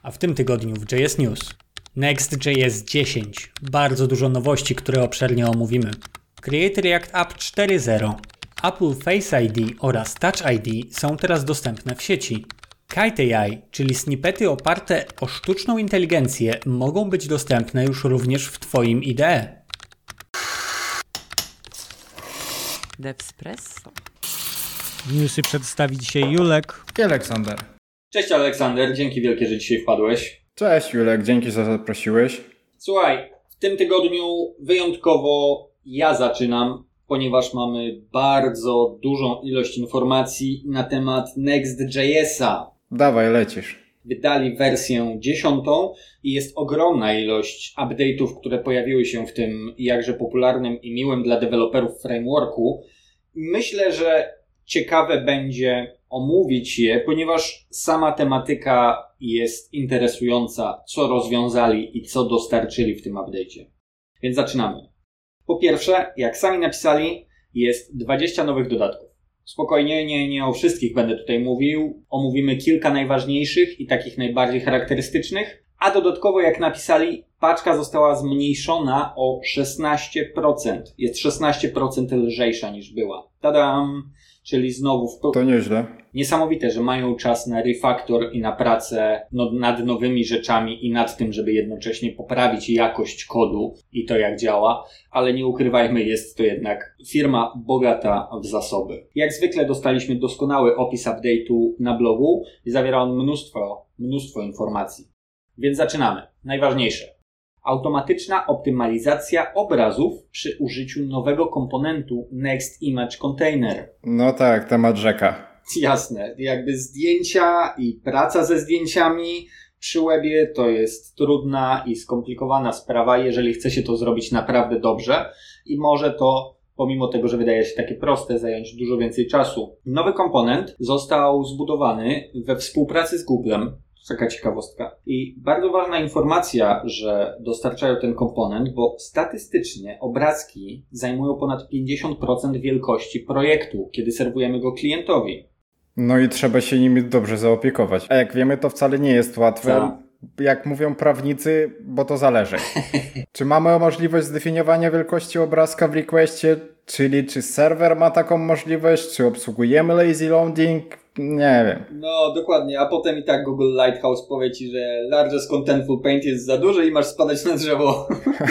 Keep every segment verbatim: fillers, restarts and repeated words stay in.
A w tym tygodniu w J S News Next.js dziesięć. Bardzo dużo nowości, które obszernie omówimy. Create React App cztery zero. Apple Face I D oraz Touch I D są teraz dostępne w sieci. Kite A I, czyli snippety oparte o sztuczną inteligencję, mogą być dostępne już również w Twoim I D E. Devspresso. Newsy przedstawi dzisiaj Julek i Aleksander. Cześć Aleksander, dzięki wielkie, że dzisiaj wpadłeś. Cześć Julek, dzięki, że zaprosiłeś. Słuchaj, w tym tygodniu wyjątkowo ja zaczynam, ponieważ mamy bardzo dużą ilość informacji na temat Next.jsa. Dawaj, lecisz. Wydali wersję dziesiątą i jest ogromna ilość update'ów, które pojawiły się w tym jakże popularnym i miłym dla deweloperów frameworku. Myślę, że ciekawe będzie omówić je, ponieważ sama tematyka jest interesująca, co rozwiązali i co dostarczyli w tym update'cie. Więc zaczynamy. Po pierwsze, jak sami napisali, jest dwadzieścia nowych dodatków. Spokojnie, nie, nie o wszystkich będę tutaj mówił. Omówimy kilka najważniejszych i takich najbardziej charakterystycznych, a dodatkowo, jak napisali, paczka została zmniejszona o szesnaście procent. Jest szesnaście procent lżejsza niż była. Tadam! Czyli znowu... W... To nieźle. Niesamowite, że mają czas na refaktor i na pracę no, nad nowymi rzeczami i nad tym, żeby jednocześnie poprawić jakość kodu i to jak działa, ale nie ukrywajmy, jest to jednak firma bogata w zasoby. Jak zwykle dostaliśmy doskonały opis update'u na blogu i zawiera on mnóstwo, mnóstwo informacji. Więc zaczynamy. Najważniejsze. Automatyczna optymalizacja obrazów przy użyciu nowego komponentu Next Image Container. No tak, temat rzeka. Jasne, jakby zdjęcia i praca ze zdjęciami przy webie to jest trudna i skomplikowana sprawa, jeżeli chce się to zrobić naprawdę dobrze i może to, pomimo tego, że wydaje się takie proste, zająć dużo więcej czasu. Nowy komponent został zbudowany we współpracy z Googlem. Taka ciekawostka. I bardzo ważna informacja, że dostarczają ten komponent, bo statystycznie obrazki zajmują ponad pięćdziesiąt procent wielkości projektu, kiedy serwujemy go klientowi. No i trzeba się nimi dobrze zaopiekować. A jak wiemy, to wcale nie jest łatwe. Co? Jak mówią prawnicy, bo to zależy. Czy mamy możliwość zdefiniowania wielkości obrazka w requestie? Czyli czy serwer ma taką możliwość? Czy obsługujemy lazy loading? Nie wiem. No, dokładnie, a potem i tak Google Lighthouse powie ci, że largest contentful paint jest za duży i masz spadać na drzewo.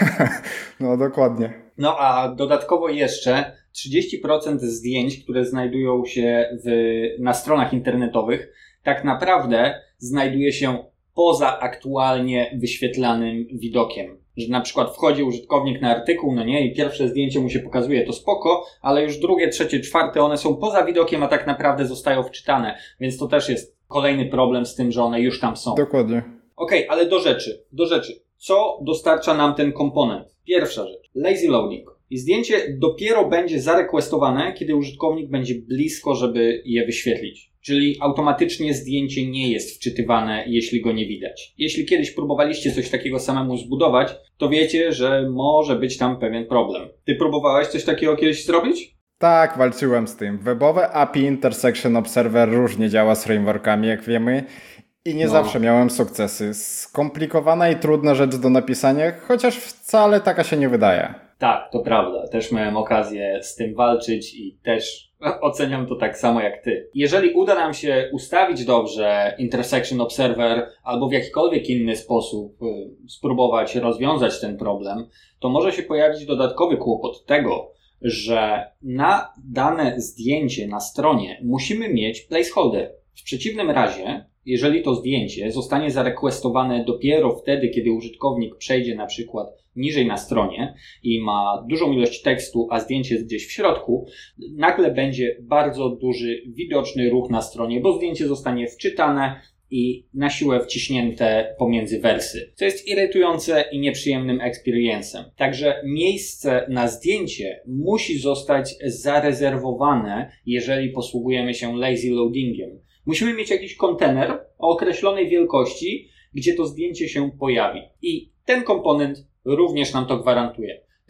No, dokładnie. No, a dodatkowo jeszcze trzydzieści procent zdjęć, które znajdują się w, na stronach internetowych, tak naprawdę znajduje się poza aktualnie wyświetlanym widokiem. Że na przykład wchodzi użytkownik na artykuł, no nie, i pierwsze zdjęcie mu się pokazuje, to spoko, ale już drugie, trzecie, czwarte, one są poza widokiem, a tak naprawdę zostają wczytane. Więc to też jest kolejny problem z tym, że one już tam są. Dokładnie. Okej, okay, ale do rzeczy, do rzeczy. Co dostarcza nam ten komponent? Pierwsza rzecz. Lazy loading. I zdjęcie dopiero będzie zarequestowane, kiedy użytkownik będzie blisko, żeby je wyświetlić. Czyli automatycznie zdjęcie nie jest wczytywane, jeśli go nie widać. Jeśli kiedyś próbowaliście coś takiego samemu zbudować, to wiecie, że może być tam pewien problem. Ty próbowałeś coś takiego kiedyś zrobić? Tak, walczyłem z tym. Webowe A P I Intersection Observer różnie działa z frameworkami, jak wiemy. I nie no. zawsze miałem sukcesy. Skomplikowana i trudna rzecz do napisania, chociaż wcale taka się nie wydaje. Tak, to prawda. Też miałem okazję z tym walczyć i też oceniam to tak samo jak ty. Jeżeli uda nam się ustawić dobrze Intersection Observer albo w jakikolwiek inny sposób y, spróbować rozwiązać ten problem, to może się pojawić dodatkowy kłopot tego, że na dane zdjęcie na stronie musimy mieć placeholder. W przeciwnym razie, jeżeli to zdjęcie zostanie zarequestowane dopiero wtedy, kiedy użytkownik przejdzie na przykład niżej na stronie i ma dużą ilość tekstu, a zdjęcie jest gdzieś w środku, nagle będzie bardzo duży, widoczny ruch na stronie, bo zdjęcie zostanie wczytane i na siłę wciśnięte pomiędzy wersy, co jest irytujące i nieprzyjemnym experience'em. Także miejsce na zdjęcie musi zostać zarezerwowane, jeżeli posługujemy się lazy loadingiem. Musimy mieć jakiś kontener o określonej wielkości, gdzie to zdjęcie się pojawi. I ten komponent również nam to gwarantuje.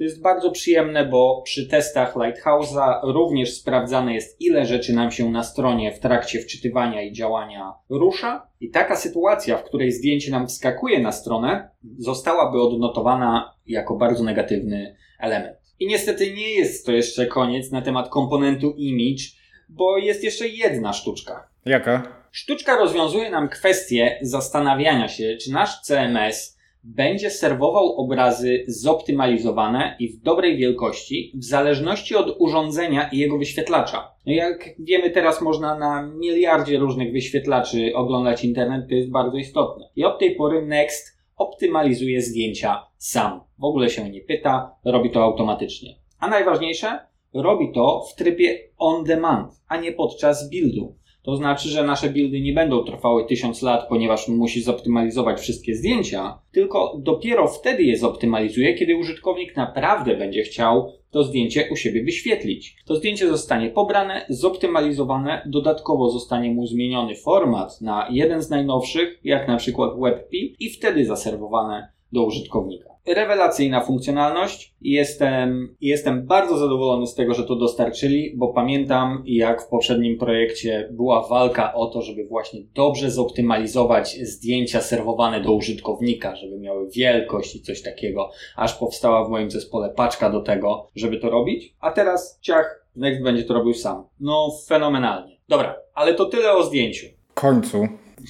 To jest bardzo przyjemne, bo przy testach Lighthouse'a również sprawdzane jest, ile rzeczy nam się na stronie w trakcie wczytywania i działania rusza. I taka sytuacja, w której zdjęcie nam wskakuje na stronę, zostałaby odnotowana jako bardzo negatywny element. I niestety nie jest to jeszcze koniec na temat komponentu image, bo jest jeszcze jedna sztuczka. Jaka? Sztuczka rozwiązuje nam kwestię zastanawiania się, czy nasz C M S będzie serwował obrazy zoptymalizowane i w dobrej wielkości w zależności od urządzenia i jego wyświetlacza. No jak wiemy, teraz można na miliardzie różnych wyświetlaczy oglądać internet, to jest bardzo istotne. I od tej pory Next optymalizuje zdjęcia sam. W ogóle się nie pyta, robi to automatycznie. A najważniejsze, robi to w trybie on demand, a nie podczas buildu. To znaczy, że nasze buildy nie będą trwały tysiąc lat, ponieważ musi zoptymalizować wszystkie zdjęcia, tylko dopiero wtedy je zoptymalizuje, kiedy użytkownik naprawdę będzie chciał to zdjęcie u siebie wyświetlić. To zdjęcie zostanie pobrane, zoptymalizowane, dodatkowo zostanie mu zmieniony format na jeden z najnowszych, jak na przykład WebP, i wtedy zaserwowane do użytkownika. Rewelacyjna funkcjonalność. Jestem, jestem bardzo zadowolony z tego, że to dostarczyli, bo pamiętam, jak w poprzednim projekcie była walka o to, żeby właśnie dobrze zoptymalizować zdjęcia serwowane do użytkownika, żeby miały wielkość i coś takiego, aż powstała w moim zespole paczka do tego, żeby to robić. A teraz ciach, Next będzie to robił sam. No fenomenalnie. Dobra, ale to tyle o zdjęciu. W końcu.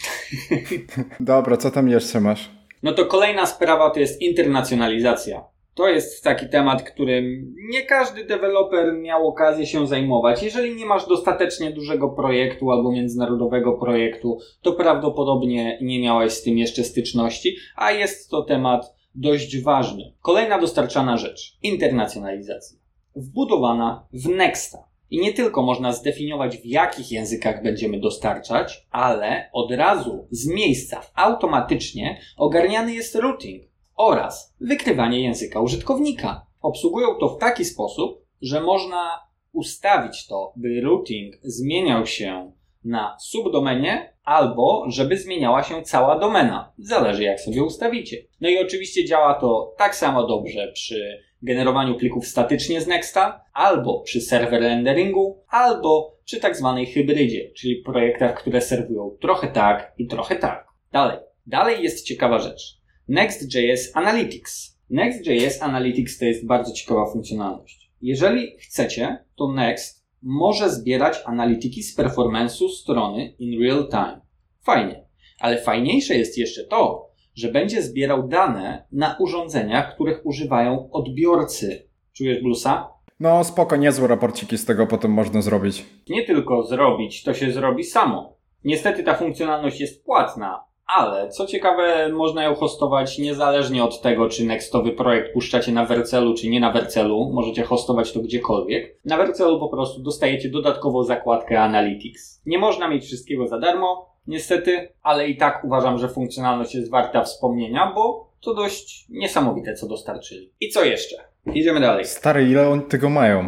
Dobra, co tam jeszcze masz? No to kolejna sprawa to jest internacjonalizacja. To jest taki temat, którym nie każdy deweloper miał okazję się zajmować. Jeżeli nie masz dostatecznie dużego projektu albo międzynarodowego projektu, to prawdopodobnie nie miałeś z tym jeszcze styczności, a jest to temat dość ważny. Kolejna dostarczana rzecz. Internacjonalizacja. Wbudowana w Nexta. I nie tylko można zdefiniować, w jakich językach będziemy dostarczać, ale od razu z miejsca automatycznie ogarniany jest routing oraz wykrywanie języka użytkownika. Obsługują to w taki sposób, że można ustawić to, by routing zmieniał się na subdomenie albo żeby zmieniała się cała domena. Zależy, jak sobie ustawicie. No i oczywiście działa to tak samo dobrze przy generowaniu plików statycznie z Nexta, albo przy server renderingu, albo przy tak zwanej hybrydzie, czyli projektach, które serwują trochę tak i trochę tak. Dalej. Dalej jest ciekawa rzecz. Next.js Analytics. Next.js Analytics to jest bardzo ciekawa funkcjonalność. Jeżeli chcecie, to Next może zbierać analityki z performance'u strony in real time. Fajnie. Ale fajniejsze jest jeszcze to, że będzie zbierał dane na urządzeniach, których używają odbiorcy. Czujesz blusa? No spoko, niezłe raporciki z tego potem można zrobić. Nie tylko zrobić, to się zrobi samo. Niestety ta funkcjonalność jest płatna, ale co ciekawe, można ją hostować niezależnie od tego, czy nextowy projekt puszczacie na Vercelu, czy nie na Vercelu. Możecie hostować to gdziekolwiek. Na Vercelu po prostu dostajecie dodatkowo zakładkę Analytics. Nie można mieć wszystkiego za darmo, niestety, ale i tak uważam, że funkcjonalność jest warta wspomnienia, bo to dość niesamowite, co dostarczyli. I co jeszcze? Idziemy dalej. Stary, ile oni tego mają?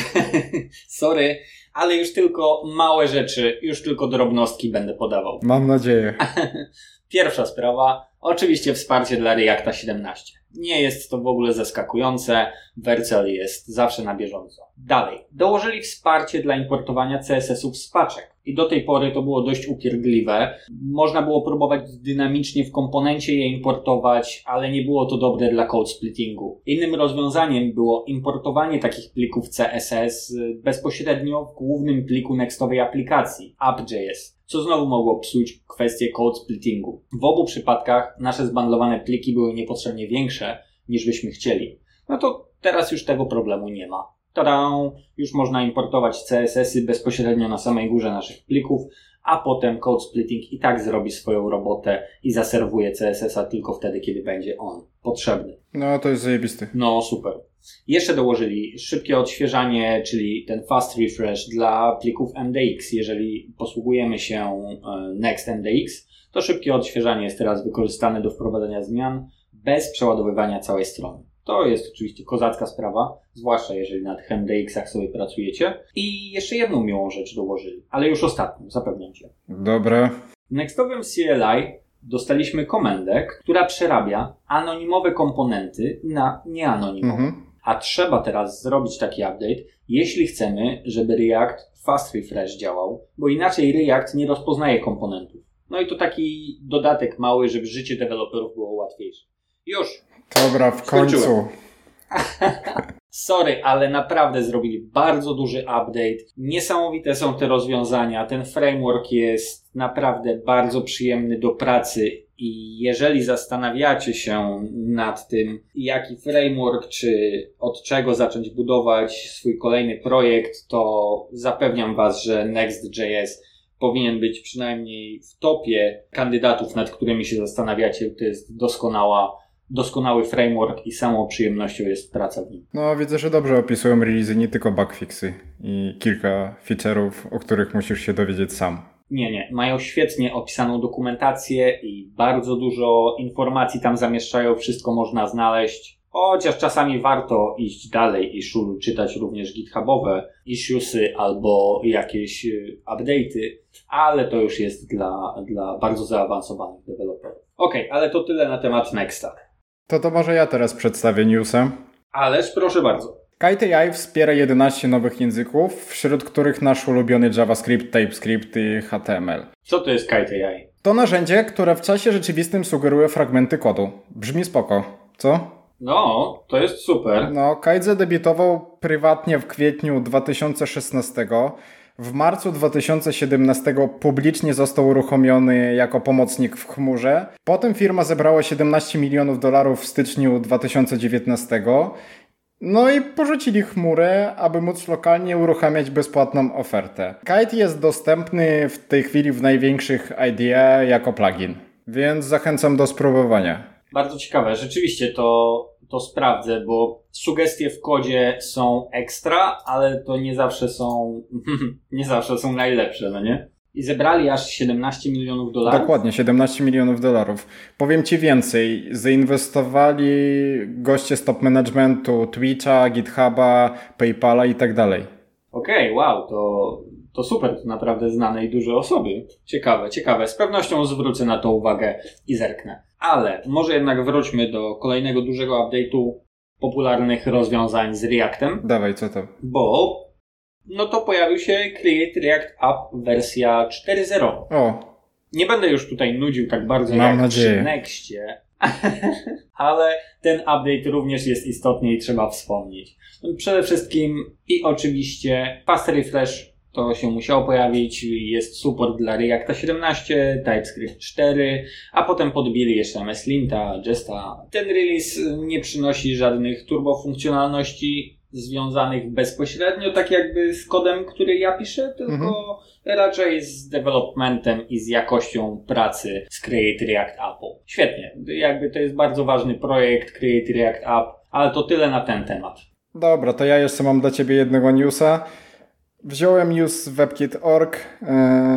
Sorry, ale już tylko małe rzeczy, już tylko drobnostki będę podawał. Mam nadzieję. Pierwsza sprawa, oczywiście wsparcie dla Reacta siedemnaście. Nie jest to w ogóle zaskakujące, Vercel jest zawsze na bieżąco. Dalej, dołożyli wsparcie dla importowania C S S ów z paczek. I do tej pory to było dość upierdliwe. Można było próbować dynamicznie w komponencie je importować, ale nie było to dobre dla code splittingu. Innym rozwiązaniem było importowanie takich plików C S S bezpośrednio w głównym pliku nextowej aplikacji, app.js, co znowu mogło psuć kwestię code splittingu. W obu przypadkach nasze zbundlowane pliki były niepotrzebnie większe niż byśmy chcieli. No to teraz już tego problemu nie ma. Tada! Już można importować C S S y bezpośrednio na samej górze naszych plików, a potem code splitting i tak zrobi swoją robotę i zaserwuje C S S a tylko wtedy, kiedy będzie on potrzebny. No to jest zajebisty. No super. Jeszcze dołożyli szybkie odświeżanie, czyli ten fast refresh dla plików M D X. Jeżeli posługujemy się Next M D X, to szybkie odświeżanie jest teraz wykorzystane do wprowadzenia zmian bez przeładowywania całej strony. To jest oczywiście kozacka sprawa, zwłaszcza jeżeli na tych M D X-ach sobie pracujecie. I jeszcze jedną miłą rzecz dołożyli, ale już ostatnią, zapewniam cię. Dobra. W nextowym C L I dostaliśmy komendę, która przerabia anonimowe komponenty na nieanonimowe. Mhm. A trzeba teraz zrobić taki update, jeśli chcemy, żeby React Fast Refresh działał, bo inaczej React nie rozpoznaje komponentów. No i to taki dodatek mały, żeby życie deweloperów było łatwiejsze. Już. Dobra, w końcu. Skończyłem. Sorry, ale naprawdę zrobili bardzo duży update. Niesamowite są te rozwiązania. Ten framework jest naprawdę bardzo przyjemny do pracy i jeżeli zastanawiacie się nad tym, jaki framework, czy od czego zacząć budować swój kolejny projekt, to zapewniam Was, że Next.js powinien być przynajmniej w topie kandydatów, nad którymi się zastanawiacie. To jest doskonała Doskonały framework i samą przyjemnością jest praca w nim. No, widzę, że dobrze opisują releasy, nie tylko bugfixy i kilka feature'ów, o których musisz się dowiedzieć sam. Nie, nie. Mają świetnie opisaną dokumentację i bardzo dużo informacji tam zamieszczają. Wszystko można znaleźć. Chociaż czasami warto iść dalej i szulu czytać również githubowe issuesy albo jakieś update'y, ale to już jest dla, dla bardzo zaawansowanych deweloperów. Okej, okay, ale to tyle na temat Nexta. To to może ja teraz przedstawię newsem. Ależ proszę bardzo. Kite A I wspiera jedenaście nowych języków, wśród których nasz ulubiony JavaScript, TypeScript i H T M L. Co to jest Kite A I? To narzędzie, które w czasie rzeczywistym sugeruje fragmenty kodu. Brzmi spoko, co? No, to jest super. No, Kite zadebiutował prywatnie w kwietniu dwa tysiące szesnastego. W marcu dwa tysiące siedemnastego publicznie został uruchomiony jako pomocnik w chmurze. Potem firma zebrała siedemnaście milionów dolarów w styczniu dwa tysiące dziewiętnastego. No i porzucili chmurę, aby móc lokalnie uruchamiać bezpłatną ofertę. Kite jest dostępny w tej chwili w największych I D E jako plugin, więc zachęcam do spróbowania. Bardzo ciekawe. Rzeczywiście to, to sprawdzę, bo sugestie w kodzie są ekstra, ale to nie zawsze są nie zawsze są najlepsze, no nie? I zebrali aż siedemnaście milionów dolarów. Dokładnie, siedemnaście milionów dolarów. Powiem Ci więcej. Zainwestowali goście z top managementu Twitcha, GitHuba, PayPala i tak dalej. Okej, okay, wow, to, to super, to naprawdę znane i duże osoby. Ciekawe, ciekawe. Z pewnością zwrócę na to uwagę i zerknę. Ale może jednak wróćmy do kolejnego dużego update'u popularnych rozwiązań z Reactem. Dawaj, co to? Bo no to pojawił się Create React App wersja cztery zero. O. Nie będę już tutaj nudził tak bardzo Mam jak nadzieję. przy Nexcie, ale ten update również jest istotny i trzeba wspomnieć. Przede wszystkim i oczywiście Fast Refresh to się musiało pojawić, jest support dla Reacta siedemnaście, TypeScript cztery, a potem podbili jeszcze M S Linta, Jesta. Ten release nie przynosi żadnych turbofunkcjonalności związanych bezpośrednio tak jakby z kodem, który ja piszę, tylko mhm. raczej z developmentem i z jakością pracy z Create React Appu. Świetnie, jakby to jest bardzo ważny projekt Create React App, ale to tyle na ten temat. Dobra, to ja jeszcze mam dla Ciebie jednego newsa. Wziąłem news z webkit kropka org, yy,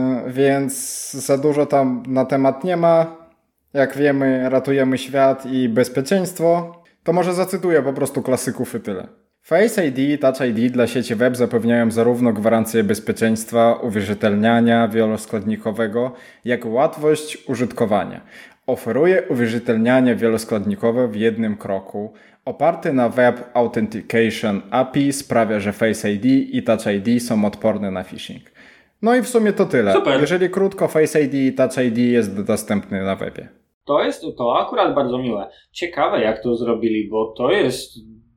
więc za dużo tam na temat nie ma. Jak wiemy, ratujemy świat i bezpieczeństwo. To może zacytuję po prostu klasyków i tyle. Face I D i Touch I D dla sieci web zapewniają zarówno gwarancję bezpieczeństwa, uwierzytelniania wieloskładnikowego, jak i łatwość użytkowania. Oferuje uwierzytelnianie wieloskładnikowe w jednym kroku. Oparty na Web Authentication A P I sprawia, że Face I D i Touch I D są odporne na phishing. No i w sumie to tyle. Super. Jeżeli krótko, Face I D i Touch I D jest dostępny na webie. To jest to akurat bardzo miłe. Ciekawe jak to zrobili, bo to jest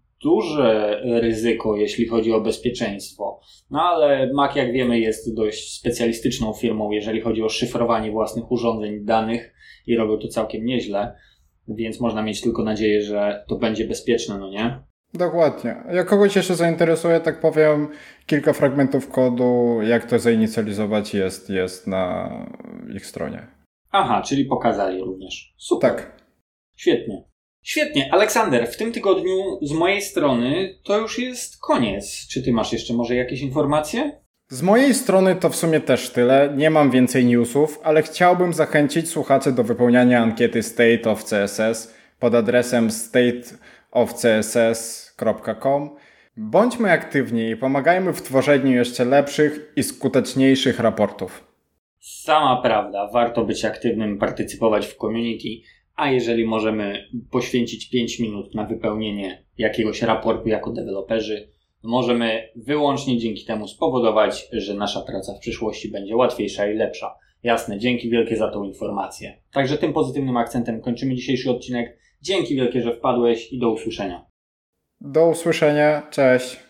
duże ryzyko, jeśli chodzi o bezpieczeństwo. No ale Mac, jak wiemy, jest dość specjalistyczną firmą, jeżeli chodzi o szyfrowanie własnych urządzeń danych i robią to całkiem nieźle, więc można mieć tylko nadzieję, że to będzie bezpieczne, no nie? Dokładnie. Jak kogoś jeszcze zainteresuje, tak powiem, kilka fragmentów kodu, jak to zainicjalizować jest, jest na ich stronie. Aha, czyli pokazali również. Super. Tak. Świetnie. Świetnie. Aleksander, w tym tygodniu z mojej strony to już jest koniec. Czy ty masz jeszcze może jakieś informacje? Z mojej strony to w sumie też tyle. Nie mam więcej newsów, ale chciałbym zachęcić słuchaczy do wypełniania ankiety State of C S S pod adresem state of c s s kropka com. Bądźmy aktywni i pomagajmy w tworzeniu jeszcze lepszych i skuteczniejszych raportów. Sama prawda. Warto być aktywnym, partycypować w community. a jeżeli możemy poświęcić pięć minut na wypełnienie jakiegoś raportu jako deweloperzy, możemy wyłącznie dzięki temu spowodować, że nasza praca w przyszłości będzie łatwiejsza i lepsza. Jasne, dzięki wielkie za tą informację. Także tym pozytywnym akcentem kończymy dzisiejszy odcinek. Dzięki wielkie, że wpadłeś i do usłyszenia. Do usłyszenia, cześć.